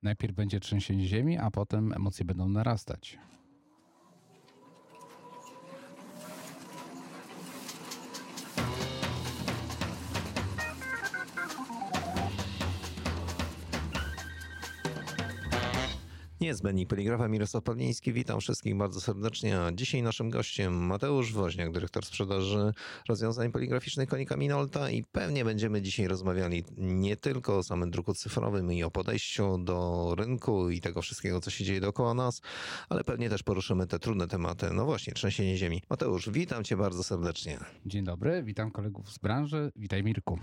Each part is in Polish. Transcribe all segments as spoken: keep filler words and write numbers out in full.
Najpierw będzie trzęsienie ziemi, a potem emocje będą narastać. Niezbędnik Poligrafa, Mirosław Pawliński. Witam wszystkich bardzo serdecznie. A dzisiaj naszym gościem Mateusz Woźniak, dyrektor sprzedaży rozwiązań poligraficznych Konica Minolta, i pewnie będziemy dzisiaj rozmawiali nie tylko o samym druku cyfrowym i o podejściu do rynku i tego wszystkiego, co się dzieje dookoła nas, ale pewnie też poruszymy te trudne tematy. No właśnie, trzęsienie ziemi. Mateusz, witam cię bardzo serdecznie. Dzień dobry, witam kolegów z branży. Witaj, Mirku.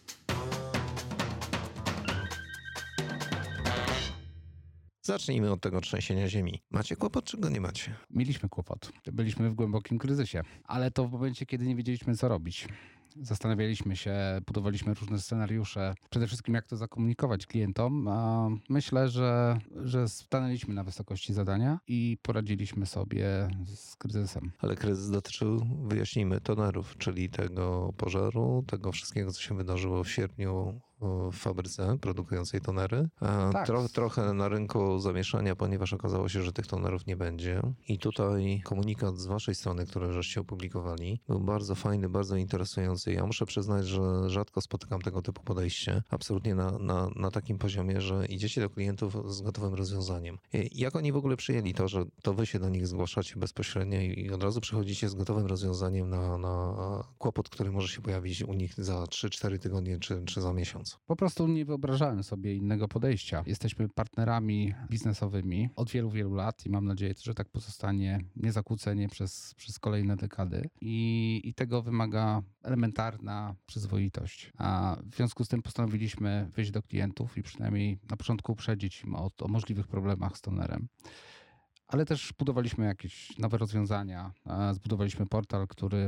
Zacznijmy od tego trzęsienia ziemi. Macie kłopot, czy go nie macie? Mieliśmy kłopot. Byliśmy w głębokim kryzysie, ale to w momencie, kiedy nie wiedzieliśmy, co robić. Zastanawialiśmy się, budowaliśmy różne scenariusze. Przede wszystkim, jak to zakomunikować klientom. A myślę, że, że stanęliśmy na wysokości zadania i poradziliśmy sobie z kryzysem. Ale kryzys dotyczył, wyjaśnijmy, tonerów, czyli tego pożaru, tego wszystkiego, co się wydarzyło w sierpniu w fabryce produkującej tonery. Tak. Tro, trochę na rynku zamieszania, ponieważ okazało się, że tych tonerów nie będzie. I tutaj komunikat z waszej strony, który żeście opublikowali, był bardzo fajny, bardzo interesujący. Ja muszę przyznać, że rzadko spotykam tego typu podejście. Absolutnie na, na, na takim poziomie, że idziecie do klientów z gotowym rozwiązaniem. Jak oni w ogóle przyjęli to, że to wy się do nich zgłaszacie bezpośrednio i od razu przychodzicie z gotowym rozwiązaniem na, na kłopot, który może się pojawić u nich za trzy cztery tygodnie czy, czy za miesiąc? Po prostu nie wyobrażałem sobie innego podejścia. Jesteśmy partnerami biznesowymi od wielu, wielu lat i mam nadzieję, że tak pozostanie niezakłócenie przez, przez kolejne dekady. I, I tego wymaga elementarna przyzwoitość. A w związku z tym postanowiliśmy wyjść do klientów i przynajmniej na początku uprzedzić im o, o możliwych problemach z tonerem. Ale też budowaliśmy jakieś nowe rozwiązania. Zbudowaliśmy portal, który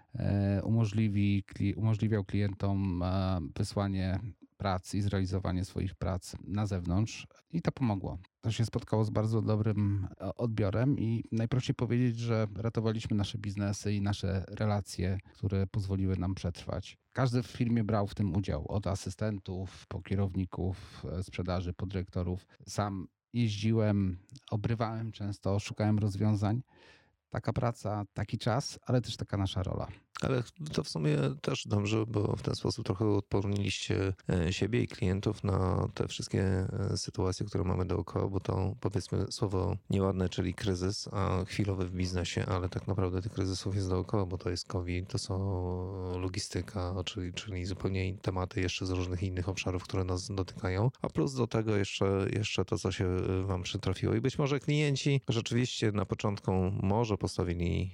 umożliwi, umożliwiał klientom wysłanie prac i zrealizowanie swoich prac na zewnątrz i to pomogło. To się spotkało z bardzo dobrym odbiorem i najprościej powiedzieć, że ratowaliśmy nasze biznesy i nasze relacje, które pozwoliły nam przetrwać. Każdy w firmie brał w tym udział, od asystentów, po kierowników sprzedaży, poddyrektorów. Sam jeździłem, obrywałem często, szukałem rozwiązań. Taka praca, taki czas, ale też taka nasza rola. Ale to w sumie też dobrze, bo w ten sposób trochę odporniliście siebie i klientów na te wszystkie sytuacje, które mamy dookoła, bo to, powiedzmy, słowo nieładne, czyli kryzys, a chwilowy w biznesie, ale tak naprawdę tych kryzysów jest dookoła, bo to jest COVID, to są logistyka, czyli, czyli zupełnie tematy jeszcze z różnych innych obszarów, które nas dotykają, a plus do tego jeszcze, jeszcze to, co się wam przytrafiło. I być może klienci rzeczywiście na początku może postawili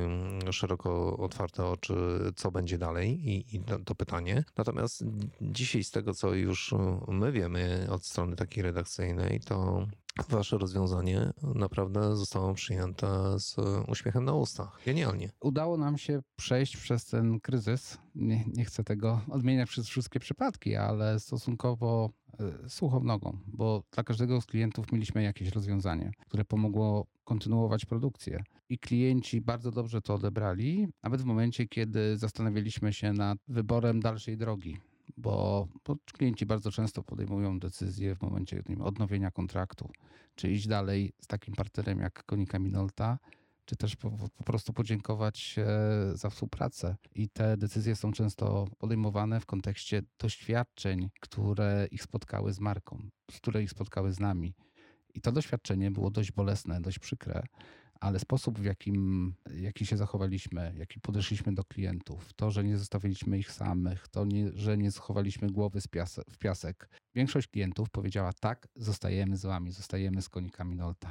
szeroko otwarte oczy, czy co będzie dalej i, i to, to pytanie. Natomiast dzisiaj z tego, co już my wiemy od strony takiej redakcyjnej, to wasze rozwiązanie naprawdę zostało przyjęte z uśmiechem na ustach. Genialnie. Udało nam się przejść przez ten kryzys. Nie, nie chcę tego odmieniać przez wszystkie przypadki, ale stosunkowo suchą nogą, bo dla każdego z klientów mieliśmy jakieś rozwiązanie, które pomogło kontynuować produkcję. I klienci bardzo dobrze to odebrali, nawet w momencie, kiedy zastanawialiśmy się nad wyborem dalszej drogi. Bo, bo klienci bardzo często podejmują decyzje w momencie nie wiem, odnowienia kontraktu, czy iść dalej z takim partnerem jak Konica Minolta, czy też po, po prostu podziękować za współpracę. I te decyzje są często podejmowane w kontekście doświadczeń, które ich spotkały z marką, które ich spotkały z nami. I to doświadczenie było dość bolesne, dość przykre, ale sposób, w jakim, jaki się zachowaliśmy, jaki podeszliśmy do klientów, to, że nie zostawiliśmy ich samych, to, nie, że nie schowaliśmy głowy z piasek, w piasek. Większość klientów powiedziała tak, zostajemy z wami, zostajemy z Konica Minolta.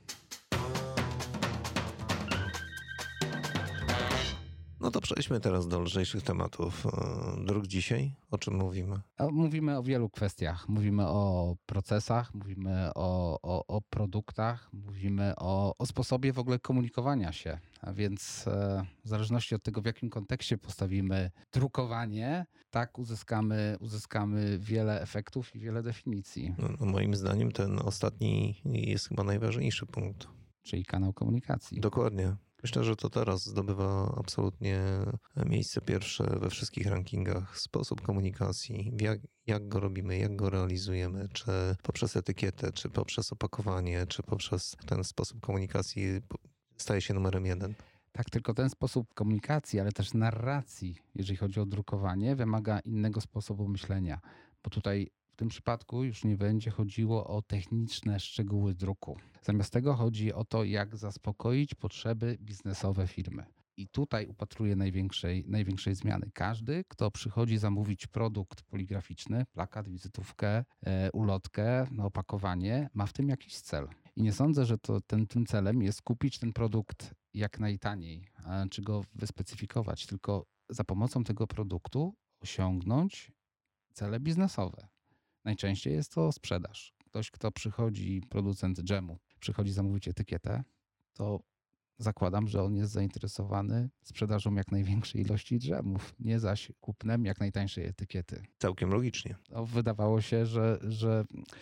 No to przejdźmy teraz do lżejszych tematów. Druk dzisiaj, o czym mówimy? Mówimy o wielu kwestiach. Mówimy o procesach, mówimy o, o, o produktach, mówimy o, o sposobie w ogóle komunikowania się. A więc e, w zależności od tego, w jakim kontekście postawimy drukowanie, tak uzyskamy, uzyskamy wiele efektów i wiele definicji. No, no moim zdaniem ten ostatni jest chyba najważniejszy punkt. Czyli kanał komunikacji. Dokładnie. Myślę, że to teraz zdobywa absolutnie miejsce pierwsze we wszystkich rankingach. Sposób komunikacji, jak, jak go robimy, jak go realizujemy, czy poprzez etykietę, czy poprzez opakowanie, czy poprzez ten sposób komunikacji staje się numerem jeden. Tak, tylko ten sposób komunikacji, ale też narracji, jeżeli chodzi o drukowanie, wymaga innego sposobu myślenia, bo tutaj w tym przypadku już nie będzie chodziło o techniczne szczegóły druku. Zamiast tego chodzi o to, jak zaspokoić potrzeby biznesowe firmy. I tutaj upatruję największej, największej zmiany. Każdy, kto przychodzi zamówić produkt poligraficzny, plakat, wizytówkę, e, ulotkę, opakowanie, ma w tym jakiś cel. I nie sądzę, że to ten, tym celem jest kupić ten produkt jak najtaniej, czy go wyspecyfikować, tylko za pomocą tego produktu osiągnąć cele biznesowe. Najczęściej jest to sprzedaż. Ktoś, kto przychodzi, producent dżemu, przychodzi zamówić etykietę, to zakładam, że on jest zainteresowany sprzedażą jak największej ilości dżemów, nie zaś kupnem jak najtańszej etykiety. Całkiem logicznie. To wydawało się, że, że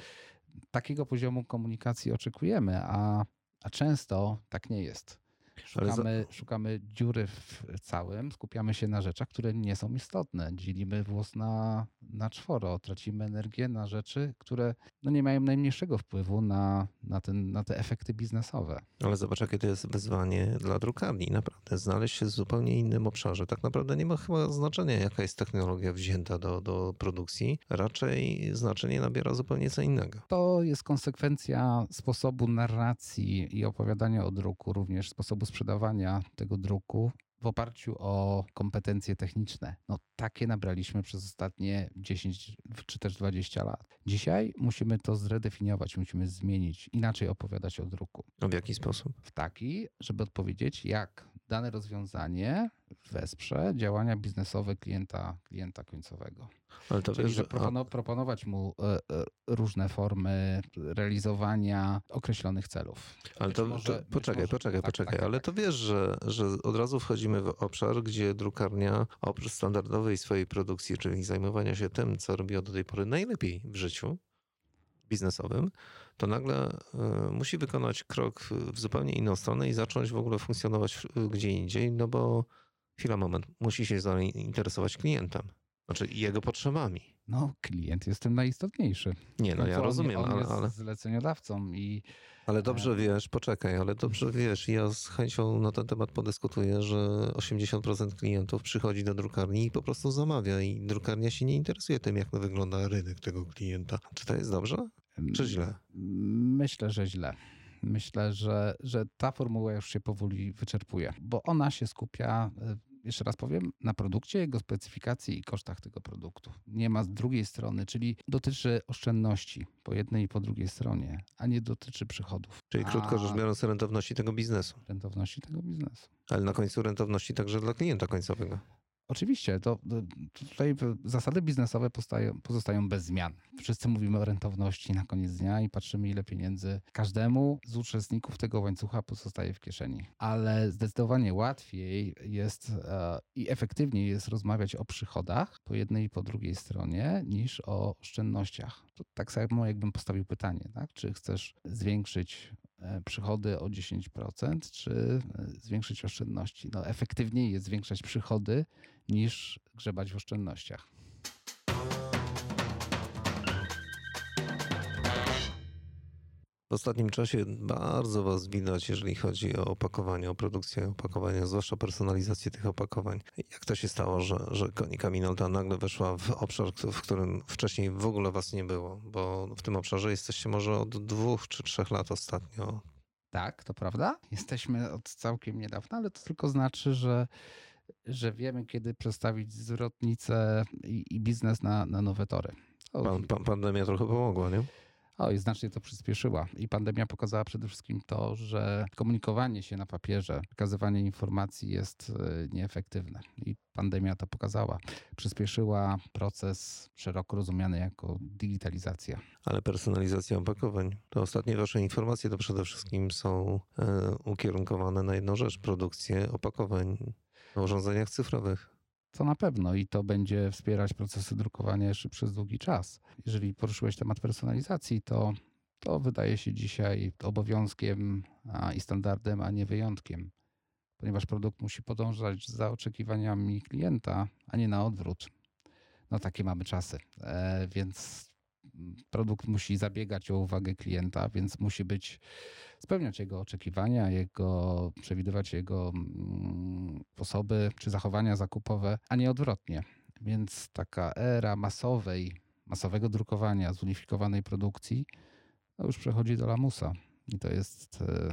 takiego poziomu komunikacji oczekujemy, a, a często tak nie jest. Szukamy, za... szukamy dziury w całym, skupiamy się na rzeczach, które nie są istotne. Dzielimy włos na, na czworo, tracimy energię na rzeczy, które no nie mają najmniejszego wpływu na, na, ten, na te efekty biznesowe. Ale zobacz, jakie to jest wyzwanie dla drukarni. Naprawdę znaleźć się w zupełnie innym obszarze. Tak naprawdę nie ma chyba znaczenia, jaka jest technologia wzięta do, do produkcji. Raczej znaczenie nabiera zupełnie co innego. To jest konsekwencja sposobu narracji i opowiadania o druku, również sposobu sprzedawania tego druku w oparciu o kompetencje techniczne. No takie nabraliśmy przez ostatnie dziesięć czy też dwadzieścia lat. Dzisiaj musimy to zredefiniować, musimy zmienić, inaczej opowiadać o druku. A w jaki sposób? W taki, żeby odpowiedzieć, jak dane rozwiązanie wesprze działania biznesowe klienta, klienta końcowego. Ale to Czyli, wiesz, że propono- proponować mu e, e, różne formy realizowania określonych celów. Ale to, może, to poczekaj, może, poczekaj, tak, poczekaj, tak, ale tak. To wiesz, że, że od razu wchodzimy w obszar, gdzie drukarnia oprócz standardowej swojej produkcji, czyli zajmowania się tym, co robiła do tej pory najlepiej w życiu biznesowym, to nagle y, musi wykonać krok w zupełnie inną stronę i zacząć w ogóle funkcjonować gdzie indziej, no bo chwila, moment, musi się zainteresować klientem, znaczy jego potrzebami. No, klient jest tym najistotniejszy. Nie, no, no ja rozumiem, on, on ale... jest ale... zleceniodawcą i... Ale dobrze wiesz, poczekaj, ale dobrze wiesz, ja z chęcią na ten temat podyskutuję, że osiemdziesiąt procent klientów przychodzi do drukarni i po prostu zamawia i drukarnia się nie interesuje tym, jak wygląda rynek tego klienta. Czy to jest dobrze, czy źle? Myślę, że źle. Myślę, że, że ta formuła już się powoli wyczerpuje, bo ona się skupia, jeszcze raz powiem, na produkcie, jego specyfikacji i kosztach tego produktu. Nie ma z drugiej strony, czyli dotyczy oszczędności po jednej i po drugiej stronie, a nie dotyczy przychodów. Czyli a... krótko rzecz biorąc, rentowności tego biznesu. Rentowności tego biznesu. Ale na końcu rentowności także dla klienta końcowego. Oczywiście, to, to tutaj zasady biznesowe pozostają, pozostają bez zmian. Wszyscy mówimy o rentowności na koniec dnia i patrzymy, ile pieniędzy każdemu z uczestników tego łańcucha pozostaje w kieszeni. Ale zdecydowanie łatwiej jest e, i efektywniej jest rozmawiać o przychodach po jednej i po drugiej stronie niż o oszczędnościach. To tak samo jakbym postawił pytanie, tak? Czy chcesz zwiększyć przychody o dziesięć procent, czy zwiększyć oszczędności? No, efektywniej jest zwiększać przychody niż grzebać w oszczędnościach. W ostatnim czasie bardzo was widać, jeżeli chodzi o opakowanie, o produkcję opakowania, zwłaszcza personalizację tych opakowań. Jak to się stało, że, że Konica Minolta nagle weszła w obszar, w którym wcześniej w ogóle was nie było? Bo w tym obszarze jesteście może od dwóch czy trzech lat ostatnio. Tak, to prawda. Jesteśmy od całkiem niedawna, ale to tylko znaczy, że, że wiemy, kiedy przestawić zwrotnicę i, i biznes na, na nowe tory. To... Pan, pan, pandemia trochę pomogła, nie? O, i znacznie to przyspieszyła. I pandemia pokazała przede wszystkim to, że komunikowanie się na papierze, przekazywanie informacji jest nieefektywne. I pandemia to pokazała. Przyspieszyła proces szeroko rozumiany jako digitalizacja. Ale personalizacja opakowań. To ostatnie wasze informacje to przede wszystkim są e, ukierunkowane na jedną rzecz. Produkcję opakowań w urządzeniach cyfrowych. To na pewno i to będzie wspierać procesy drukowania jeszcze przez długi czas. Jeżeli poruszyłeś temat personalizacji, to, to wydaje się dzisiaj obowiązkiem a, i standardem, a nie wyjątkiem. ponieważ produkt musi podążać za oczekiwaniami klienta, a nie na odwrót. No takie mamy czasy, e, więc produkt musi zabiegać o uwagę klienta, więc musi być, spełniać jego oczekiwania, jego, przewidywać jego mm, sposoby czy zachowania zakupowe, a nie odwrotnie. Więc taka era masowej, masowego drukowania, zunifikowanej produkcji, to już przechodzi do lamusa i to jest e,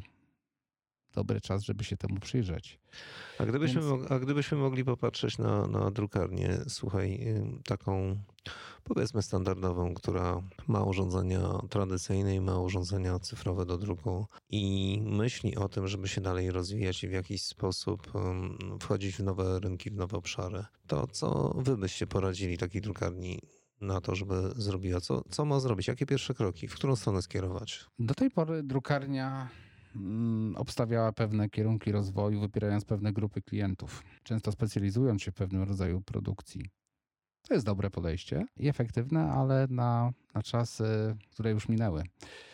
dobry czas, żeby się temu przyjrzeć. A gdybyśmy, Więc- mog- a gdybyśmy mogli popatrzeć na, na drukarnię, słuchaj, ym, taką powiedzmy standardową, która ma urządzenia tradycyjne i ma urządzenia cyfrowe do druku i myśli o tym, żeby się dalej rozwijać i w jakiś sposób ym, wchodzić w nowe rynki, w nowe obszary, to co wy byście poradzili takiej drukarni na to, żeby zrobiła? Co, co ma zrobić? Jakie pierwsze kroki? W którą stronę skierować? Do tej pory drukarnia mm, obstawiała pewne kierunki rozwoju, wybierając pewne grupy klientów, często specjalizując się w pewnym rodzaju produkcji. To jest dobre podejście i efektywne, ale na, na czasy, które już minęły.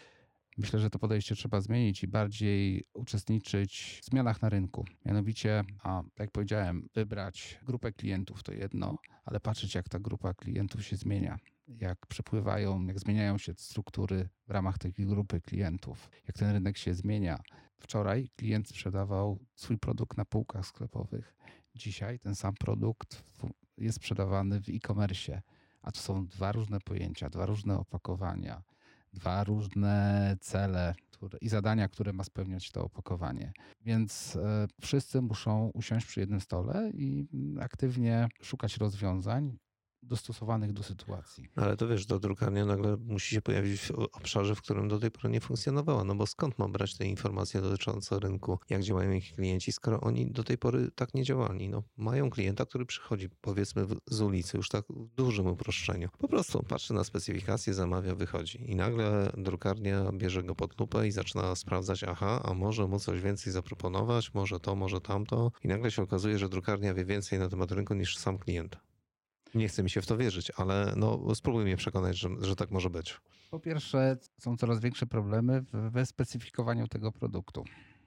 Myślę, że to podejście trzeba zmienić i bardziej uczestniczyć w zmianach na rynku. Mianowicie, a tak jak powiedziałem, wybrać grupę klientów to jedno, ale patrzeć, jak ta grupa klientów się zmienia, jak przepływają, jak zmieniają się struktury w ramach tej grupy klientów, jak ten rynek się zmienia. Wczoraj klient sprzedawał swój produkt na półkach sklepowych. Dzisiaj ten sam produkt w- jest sprzedawany w e-commerce, a to są dwa różne pojęcia, dwa różne opakowania, dwa różne cele które, i zadania, które ma spełniać to opakowanie. Więc e, wszyscy muszą usiąść przy jednym stole i mm, aktywnie szukać rozwiązań dostosowanych do sytuacji. Ale to wiesz, to drukarnia nagle musi się pojawić w obszarze, w którym do tej pory nie funkcjonowała. No bo skąd ma brać te informacje dotyczące rynku, jak działają ich klienci, skoro oni do tej pory tak nie działali? No, mają klienta, który przychodzi powiedzmy w- z ulicy, już tak w dużym uproszczeniu. Po prostu patrzy na specyfikację, zamawia, wychodzi. I nagle drukarnia bierze go pod lupę i zaczyna sprawdzać, aha, a może mu coś więcej zaproponować, może to, może tamto. I nagle się okazuje, że drukarnia wie więcej na temat rynku niż sam klient. Nie chce mi się w to wierzyć, ale no, spróbuj mnie przekonać, że, że tak może być. Po pierwsze, są coraz większe problemy w- we specyfikowaniu tego produktu.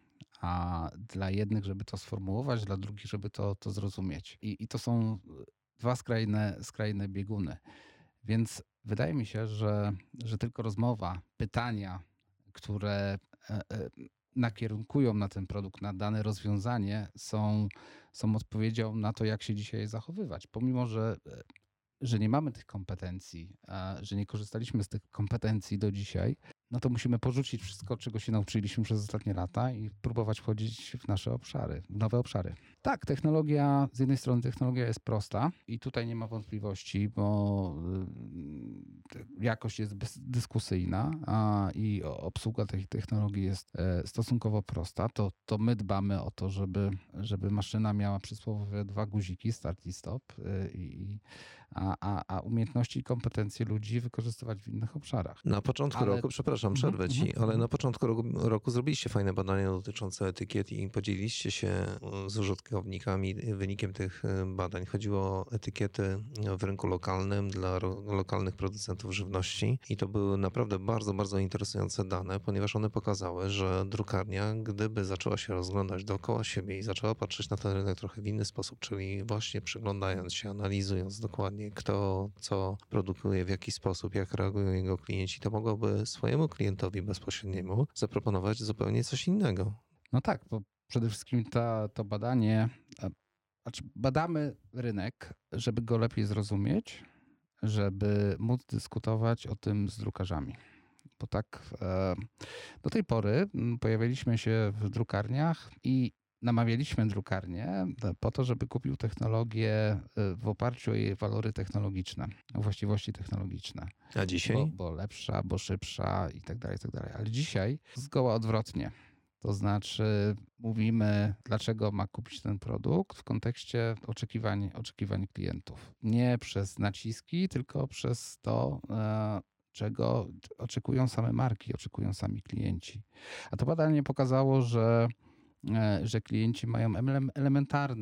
A dla jednych, żeby to sformułować, dla drugich, żeby to, to zrozumieć. I, I to są dwa skrajne, skrajne bieguny. Więc wydaje mi się, że, że tylko rozmowa, pytania, które e, e, nakierunkują na ten produkt, na dane rozwiązanie, są, są odpowiedzią na to, jak się dzisiaj zachowywać. Pomimo, że, e, że nie mamy tych kompetencji, a że nie korzystaliśmy z tych kompetencji do dzisiaj, no to musimy porzucić wszystko, czego się nauczyliśmy przez ostatnie lata i próbować wchodzić w nasze obszary, w nowe obszary. Tak, technologia, z jednej strony technologia jest prosta i tutaj nie ma wątpliwości, bo y, jakość jest bezdyskusyjna, a i o- obsługa tej technologii jest e, stosunkowo prosta. To, to my dbamy o to, żeby, żeby maszyna miała przysłowiowe dwa guziki, start i stop, y, i, a, a, a umiejętności i kompetencje ludzi wykorzystywać w innych obszarach. Na początku Ale- roku, przepraszam, Mhm, przerwę ci, mhm, ale mhm. na początku roku, roku zrobiliście fajne badania dotyczące etykiet i podzieliliście się e, z użytkownikami wynikiem tych e, badań. Chodziło o etykiety w rynku lokalnym dla ro- lokalnych producentów żywności i to były naprawdę bardzo, bardzo interesujące dane, ponieważ one pokazały, że drukarnia, gdyby zaczęła się rozglądać dookoła siebie i zaczęła patrzeć na ten rynek trochę w inny sposób, czyli właśnie przyglądając się, analizując dokładnie kto co produkuje, w jaki sposób, jak reagują jego klienci, to mogłoby swojemu klientowi bezpośredniemu zaproponować zupełnie coś innego. No tak, bo przede wszystkim ta, to badanie, e, znaczy badamy rynek, żeby go lepiej zrozumieć, żeby móc dyskutować o tym z drukarzami. Bo tak e, do tej pory m, pojawialiśmy się w drukarniach i namawialiśmy drukarnię e, po to, żeby kupił technologię e, w oparciu o jej walory technologiczne, o właściwości technologiczne. A Bo, dzisiaj? bo lepsza, bo szybsza i tak dalej, i tak dalej. Ale dzisiaj zgoła odwrotnie. To znaczy mówimy, dlaczego ma kupić ten produkt w kontekście oczekiwań, oczekiwań klientów. Nie przez naciski, tylko przez to, e, czego oczekują same marki, oczekują sami klienci. A to badanie pokazało, że, e, że klienci mają ele- elementarne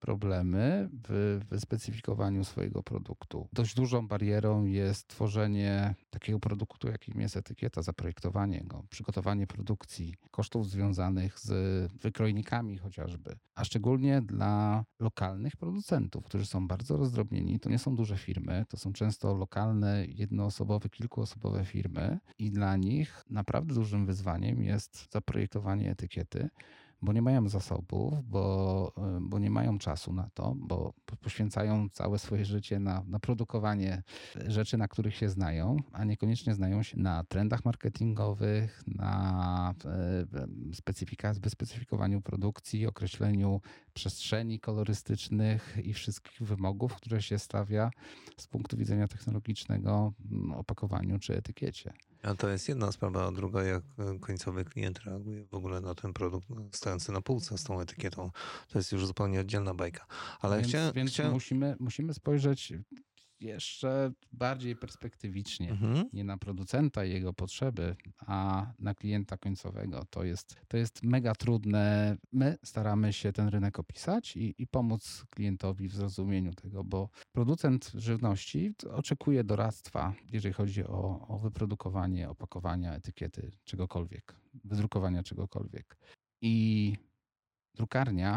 problemy w wyspecyfikowaniu swojego produktu. Dość dużą barierą jest tworzenie takiego produktu, jakim jest etykieta, zaprojektowanie go, przygotowanie produkcji, kosztów związanych z wykrojnikami chociażby, a szczególnie dla lokalnych producentów, którzy są bardzo rozdrobnieni. To nie są duże firmy, to są często lokalne, jednoosobowe, kilkuosobowe firmy i dla nich naprawdę dużym wyzwaniem jest zaprojektowanie etykiety, bo nie mają zasobów, bo, bo nie mają czasu na to, bo poświęcają całe swoje życie na, na produkowanie rzeczy, na których się znają, a niekoniecznie znają się na trendach marketingowych, na specyfika- wyspecyfikowaniu produkcji, określeniu przestrzeni kolorystycznych i wszystkich wymogów, które się stawia z punktu widzenia technologicznego opakowaniu czy etykiecie. A to jest jedna sprawa, a druga, jak końcowy klient reaguje w ogóle na ten produkt stojący na półce z tą etykietą. To jest już zupełnie oddzielna bajka. Ale więc chciałem... więc chciałem... musimy, musimy spojrzeć jeszcze bardziej perspektywicznie, Mhm. nie na producenta i jego potrzeby, a na klienta końcowego. To jest, to jest mega trudne. My staramy się ten rynek opisać i, i pomóc klientowi w zrozumieniu tego, bo producent żywności oczekuje doradztwa, jeżeli chodzi o, o wyprodukowanie opakowania, etykiety, czegokolwiek, wydrukowania czegokolwiek. I drukarnia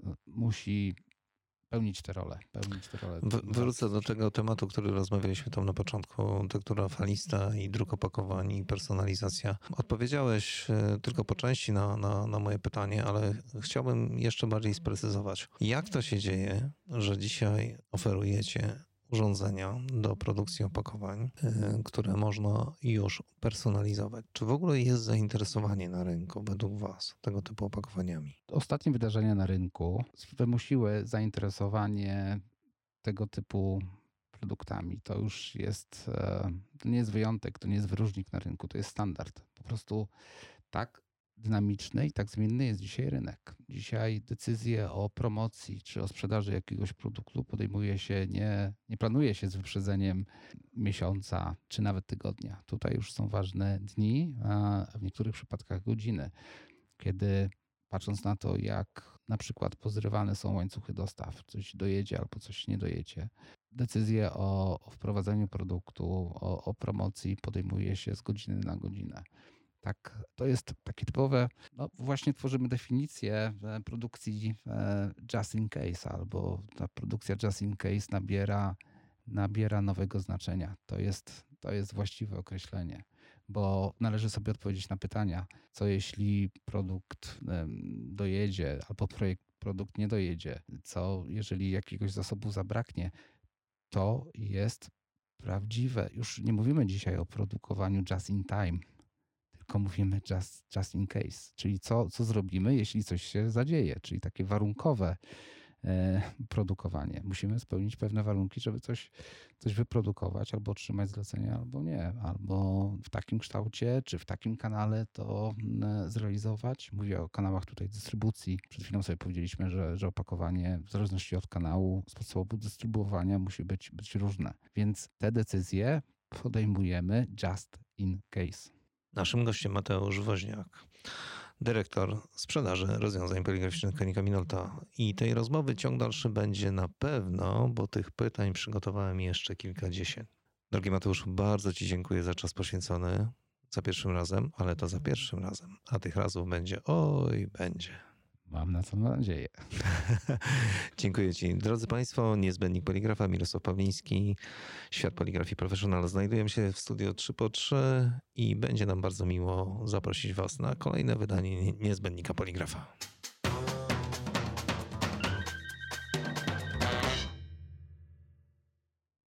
musi pełnić tę rolę. Pełnić tę rolę. Wrócę do tego tematu, który rozmawialiśmy tam na początku, tektura falista i druk opakowań i personalizacja. Odpowiedziałeś tylko po części na, na, na moje pytanie, ale chciałbym jeszcze bardziej sprecyzować. Jak to się dzieje, że dzisiaj oferujecie urządzenia do produkcji opakowań, które można już personalizować? Czy w ogóle jest zainteresowanie na rynku według Was tego typu opakowaniami? Ostatnie wydarzenia na rynku wymusiły zainteresowanie tego typu produktami. To już jest, to nie jest wyjątek, to nie jest wyróżnik na rynku, to jest standard. Po prostu tak dynamiczny i tak zmienny jest dzisiaj rynek. Dzisiaj decyzje o promocji czy o sprzedaży jakiegoś produktu podejmuje się, nie, nie planuje się z wyprzedzeniem miesiąca czy nawet tygodnia. Tutaj już są ważne dni, a w niektórych przypadkach godziny, kiedy patrząc na to, jak na przykład pozrywane są łańcuchy dostaw, coś dojedzie albo coś nie dojedzie, decyzje o, o wprowadzeniu produktu, o, o promocji podejmuje się z godziny na godzinę. Tak, to jest takie typowe, no właśnie tworzymy definicję produkcji just in case, albo ta produkcja just in case nabiera, nabiera nowego znaczenia. To jest, to jest właściwe określenie, bo należy sobie odpowiedzieć na pytania, co jeśli produkt dojedzie, albo projekt, produkt nie dojedzie, co jeżeli jakiegoś zasobu zabraknie. To jest prawdziwe. Już nie mówimy dzisiaj o produkowaniu just in time, tylko mówimy just, just in case, czyli co, co zrobimy, jeśli coś się zadzieje, czyli takie warunkowe e, produkowanie. Musimy spełnić pewne warunki, żeby coś, coś wyprodukować, albo otrzymać zlecenie, albo nie, albo w takim kształcie, czy w takim kanale to e, zrealizować. Mówię o kanałach tutaj dystrybucji. Przed chwilą sobie powiedzieliśmy, że, że opakowanie w zależności od kanału, sposobu dystrybuowania musi być, być różne. Więc te decyzje podejmujemy just in case. Naszym gościem Mateusz Woźniak, dyrektor sprzedaży rozwiązań poligraficznych Konica Minolta. I tej rozmowy ciąg dalszy będzie na pewno, bo tych pytań przygotowałem jeszcze kilkadziesiąt. Drogi Mateuszu, bardzo Ci dziękuję za czas poświęcony za pierwszym razem, ale to za pierwszym razem. A tych razów będzie, oj, będzie. Mam na to nadzieję. Dziękuję Ci. Drodzy Państwo, niezbędnik poligrafa Mirosław Pawliński, Świat Poligrafii Professional. Znajdujemy się w studio trzy po trzy i będzie nam bardzo miło zaprosić Was na kolejne wydanie niezbędnika poligrafa.